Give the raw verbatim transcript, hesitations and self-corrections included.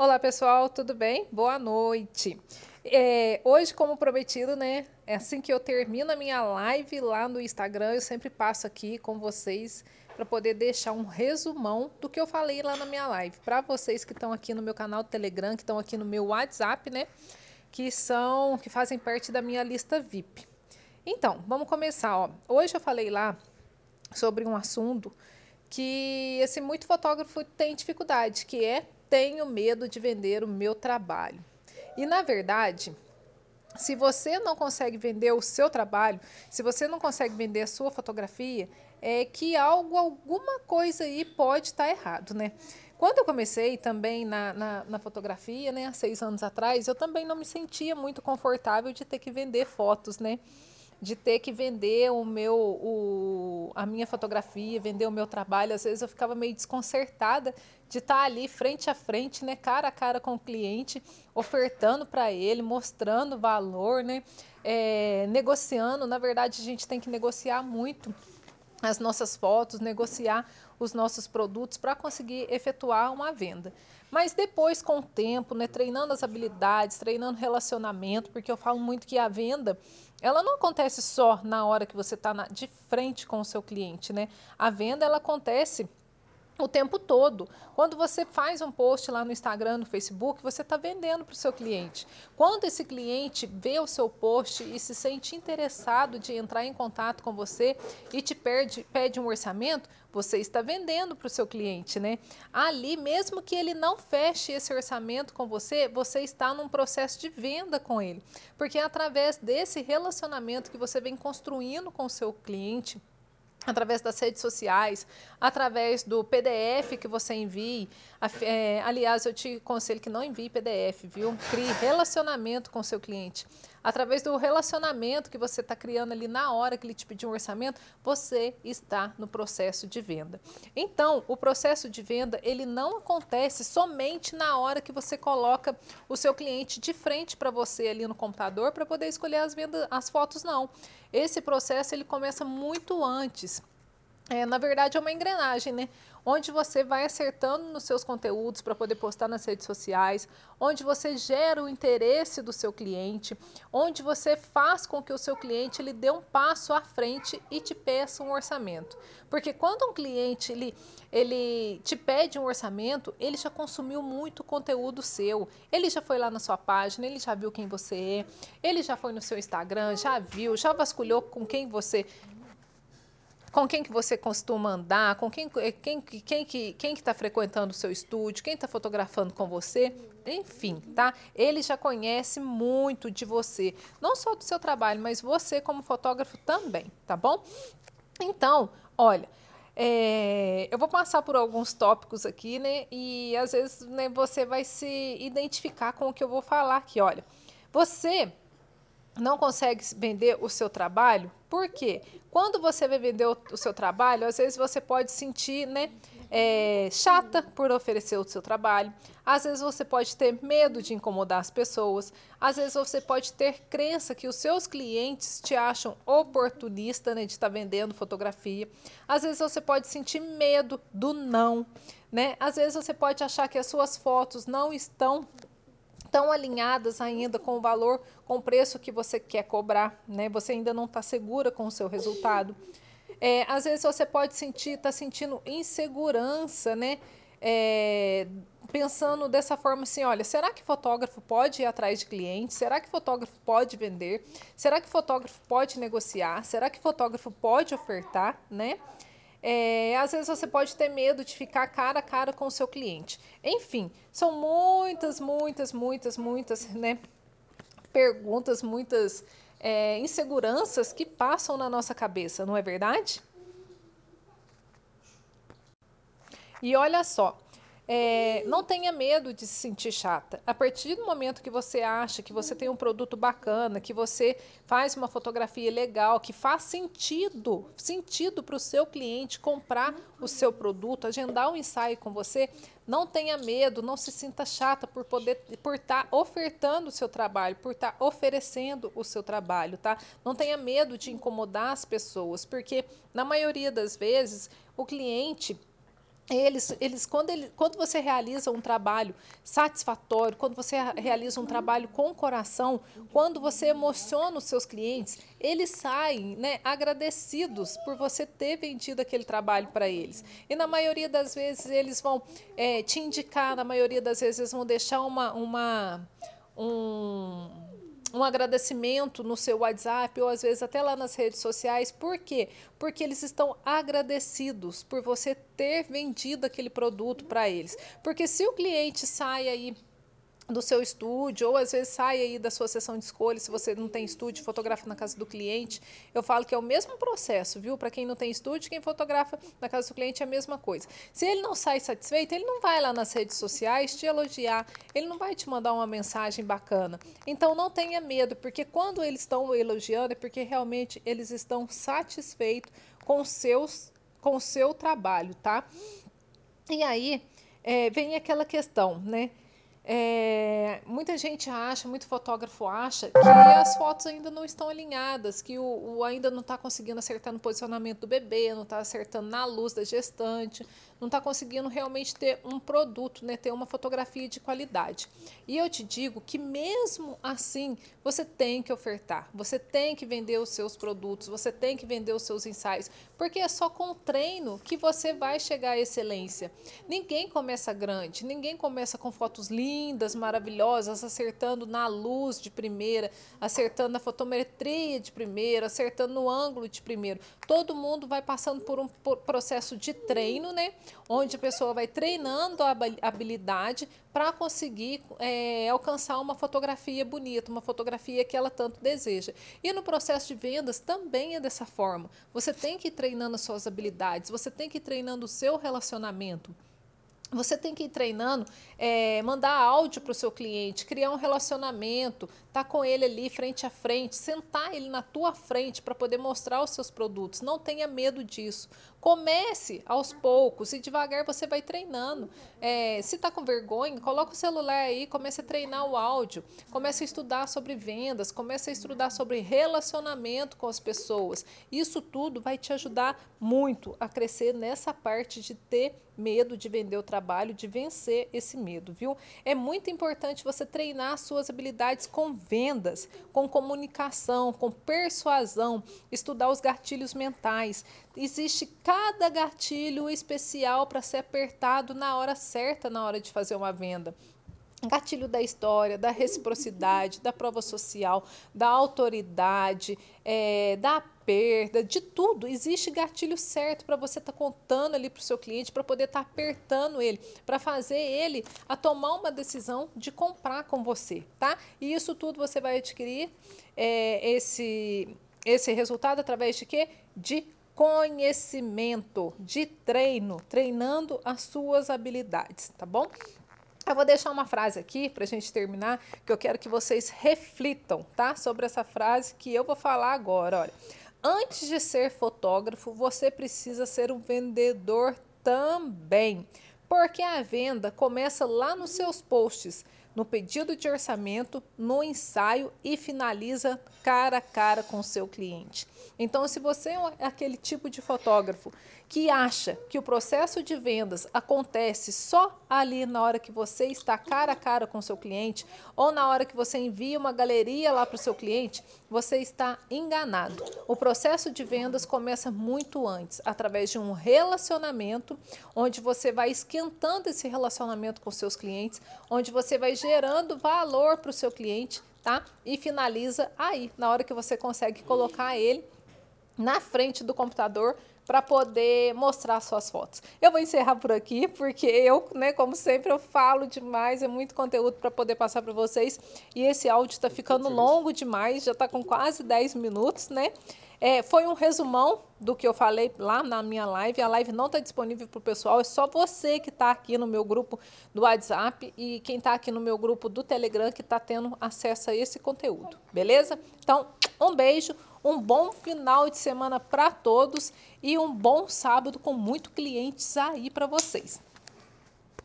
Olá pessoal, tudo bem? Boa noite. É, hoje, como prometido, né? É assim que eu termino a minha live lá no Instagram, eu sempre passo aqui com vocês para poder deixar um resumão do que eu falei lá na minha live. Para vocês que estão aqui no meu canal do Telegram, que estão aqui no meu WhatsApp, né? Que são, que fazem parte da minha lista V I P. Então, vamos começar, ó. Hoje eu falei lá sobre um assunto que esse muito fotógrafo tem dificuldade, que é tenho medo de vender o meu trabalho. E na verdade, se você não consegue vender o seu trabalho, se você não consegue vender a sua fotografia, é que algo, alguma coisa aí pode estar errado, né? Quando eu comecei também na, na, na fotografia, né, há seis anos atrás, eu também não me sentia muito confortável de ter que vender fotos, né? De ter que vender o meu, o, a minha fotografia, vender o meu trabalho. Às vezes eu ficava meio desconcertada de estar ali frente a frente, né, cara a cara com o cliente, ofertando para ele, mostrando valor, né, é, negociando. Na verdade, a gente tem que negociar muito as nossas fotos, negociar os nossos produtos para conseguir efetuar uma venda. Mas depois, com o tempo, né, treinando as habilidades, treinando relacionamento, porque eu falo muito que a venda, ela não acontece só na hora que você está de frente com o seu cliente, né? A venda, ela acontece o tempo todo. Quando você faz um post lá no Instagram, no Facebook, você está vendendo para o seu cliente. Quando esse cliente vê o seu post e se sente interessado de entrar em contato com você e te pede, pede um orçamento, você está vendendo para o seu cliente, né? Ali, mesmo que ele não feche esse orçamento com você, você está num processo de venda com ele. Porque é através desse relacionamento que você vem construindo com o seu cliente, através das redes sociais, através do P D F que você envie. É, aliás, eu te aconselho que não envie P D F, viu? Crie relacionamento com o seu cliente. Através do relacionamento que você está criando ali na hora que ele te pedir um orçamento, você está no processo de venda. Então, o processo de venda, ele não acontece somente na hora que você coloca o seu cliente de frente para você ali no computador para poder escolher as, vendas, as fotos, não. Esse processo, ele começa muito antes. É, na verdade, é uma engrenagem, né? Onde você vai acertando nos seus conteúdos para poder postar nas redes sociais, onde você gera o interesse do seu cliente, onde você faz com que o seu cliente ele dê um passo à frente e te peça um orçamento. Porque quando um cliente ele, ele te pede um orçamento, ele já consumiu muito conteúdo seu. Ele já foi lá na sua página, ele já viu quem você é, ele já foi no seu Instagram, já viu, já vasculhou com quem você com quem que você costuma andar, com quem quem quem que quem está frequentando o seu estúdio, quem está fotografando com você, enfim, tá? Ele já conhece muito de você, não só do seu trabalho, mas você como fotógrafo também, tá bom? Então, olha, é, eu vou passar por alguns tópicos aqui, né? E às vezes, né, você vai se identificar com o que eu vou falar aqui. Olha, você não consegue vender o seu trabalho, por quê? Quando você vai vender o, o seu trabalho, às vezes você pode sentir, né, é, chata por oferecer o seu trabalho, às vezes você pode ter medo de incomodar as pessoas, às vezes você pode ter crença que os seus clientes te acham oportunista, né, de estar vendendo fotografia, às vezes você pode sentir medo do não, né, às vezes você pode achar que as suas fotos não estão tão alinhadas ainda com o valor, com o preço que você quer cobrar, né? Você ainda não está segura com o seu resultado. É, às vezes você pode sentir, tá sentindo insegurança, né? É, pensando dessa forma assim, olha, será que fotógrafo pode ir atrás de clientes? Será que fotógrafo pode vender? Será que fotógrafo pode negociar? Será que fotógrafo pode ofertar, né? É, às vezes você pode ter medo de ficar cara a cara com o seu cliente. Enfim, são muitas, muitas, muitas, muitas, né, perguntas, muitas é, inseguranças que passam na nossa cabeça, não é verdade? E olha só, é, não tenha medo de se sentir chata. A partir do momento que você acha que você tem um produto bacana, que você faz uma fotografia legal, que faz sentido, sentido para o seu cliente comprar o seu produto, agendar um ensaio com você, não tenha medo, não se sinta chata por poder, por estar tá ofertando o seu trabalho, por estar tá oferecendo o seu trabalho, tá? Não tenha medo de incomodar as pessoas, porque na maioria das vezes o cliente Eles, eles, quando, ele, quando você realiza um trabalho satisfatório, quando você realiza um trabalho com coração, quando você emociona os seus clientes, eles saem, né, agradecidos por você ter vendido aquele trabalho para eles. E na maioria das vezes eles vão é, te indicar, na maioria das vezes eles vão deixar uma, uma um, um agradecimento no seu WhatsApp ou às vezes até lá nas redes sociais. Por quê? Porque eles estão agradecidos por você ter vendido aquele produto para eles. Porque se o cliente sai aí do seu estúdio, ou às vezes sai aí da sua sessão de escolha, se você não tem estúdio, fotografa na casa do cliente. Eu falo que é o mesmo processo, viu? Para quem não tem estúdio, quem fotografa na casa do cliente é a mesma coisa. Se ele não sai satisfeito, ele não vai lá nas redes sociais te elogiar, ele não vai te mandar uma mensagem bacana. Então não tenha medo, porque quando eles estão elogiando é porque realmente eles estão satisfeitos com seus com o seu trabalho, tá? E aí é, vem aquela questão, né? É, muita gente acha, muito fotógrafo acha que as fotos ainda não estão alinhadas, que o, o ainda não está conseguindo acertar no posicionamento do bebê, não está acertando na luz da gestante, não está conseguindo realmente ter um produto, né, ter uma fotografia de qualidade. E eu te digo que mesmo assim você tem que ofertar, você tem que vender os seus produtos, você tem que vender os seus ensaios, porque é só com treino que você vai chegar à excelência. Ninguém começa grande, ninguém começa com fotos lindas, maravilhosas, acertando na luz de primeira, acertando na fotometria de primeira, acertando no ângulo de primeiro. Todo mundo vai passando por um processo de treino, né? Onde a pessoa vai treinando a habilidade para conseguir é, alcançar uma fotografia bonita, uma fotografia que ela tanto deseja. E no processo de vendas também é dessa forma. Você tem que ir treinando as suas habilidades, você tem que ir treinando o seu relacionamento. Você tem que ir treinando, é, mandar áudio para o seu cliente, criar um relacionamento, tá com ele ali frente a frente, sentar ele na tua frente para poder mostrar os seus produtos. Não tenha medo disso. Comece aos poucos e devagar você vai treinando. É, se tá com vergonha, coloca o celular aí, comece a treinar o áudio, comece a estudar sobre vendas, comece a estudar sobre relacionamento com as pessoas. Isso tudo vai te ajudar muito a crescer nessa parte de ter medo de vender o trabalho, de vencer esse medo, viu? É muito importante você treinar suas habilidades com vendas, com comunicação, com persuasão, estudar os gatilhos mentais. Existe cada gatilho especial para ser apertado na hora certa, na hora de fazer uma venda. Gatilho da história, da reciprocidade, da prova social, da autoridade, é, da perda, de tudo. Existe gatilho certo para você estar tá contando ali para o seu cliente, para poder estar tá apertando ele, para fazer ele a tomar uma decisão de comprar com você, tá? E isso tudo você vai adquirir é, esse, esse resultado através de quê? De conhecimento, de treino, treinando as suas habilidades, tá bom? Eu vou deixar uma frase aqui para a gente terminar, que eu quero que vocês reflitam, tá? Sobre essa frase que eu vou falar agora. Olha, antes de ser fotógrafo, você precisa ser um vendedor também, porque a venda começa lá nos seus posts, no pedido de orçamento, no ensaio e finaliza cara a cara com o seu cliente. Então, se você é aquele tipo de fotógrafo que acha que o processo de vendas acontece só ali na hora que você está cara a cara com o seu cliente ou na hora que você envia uma galeria lá para o seu cliente, você está enganado. O processo de vendas começa muito antes, através de um relacionamento, onde você vai esquentando esse relacionamento com seus clientes, onde você vai gerando valor para o seu cliente, tá? E finaliza aí, na hora que você consegue colocar ele na frente do computador para poder mostrar suas fotos. Eu vou encerrar por aqui, porque eu, né, como sempre, eu falo demais, é muito conteúdo para poder passar para vocês, e esse áudio está ficando longo demais, já está com quase dez minutos, né? É, foi um resumão do que eu falei lá na minha live. A live não está disponível para o pessoal, é só você que está aqui no meu grupo do WhatsApp e quem está aqui no meu grupo do Telegram que está tendo acesso a esse conteúdo, beleza? Então, um beijo, um bom final de semana para todos e um bom sábado com muitos clientes aí para vocês.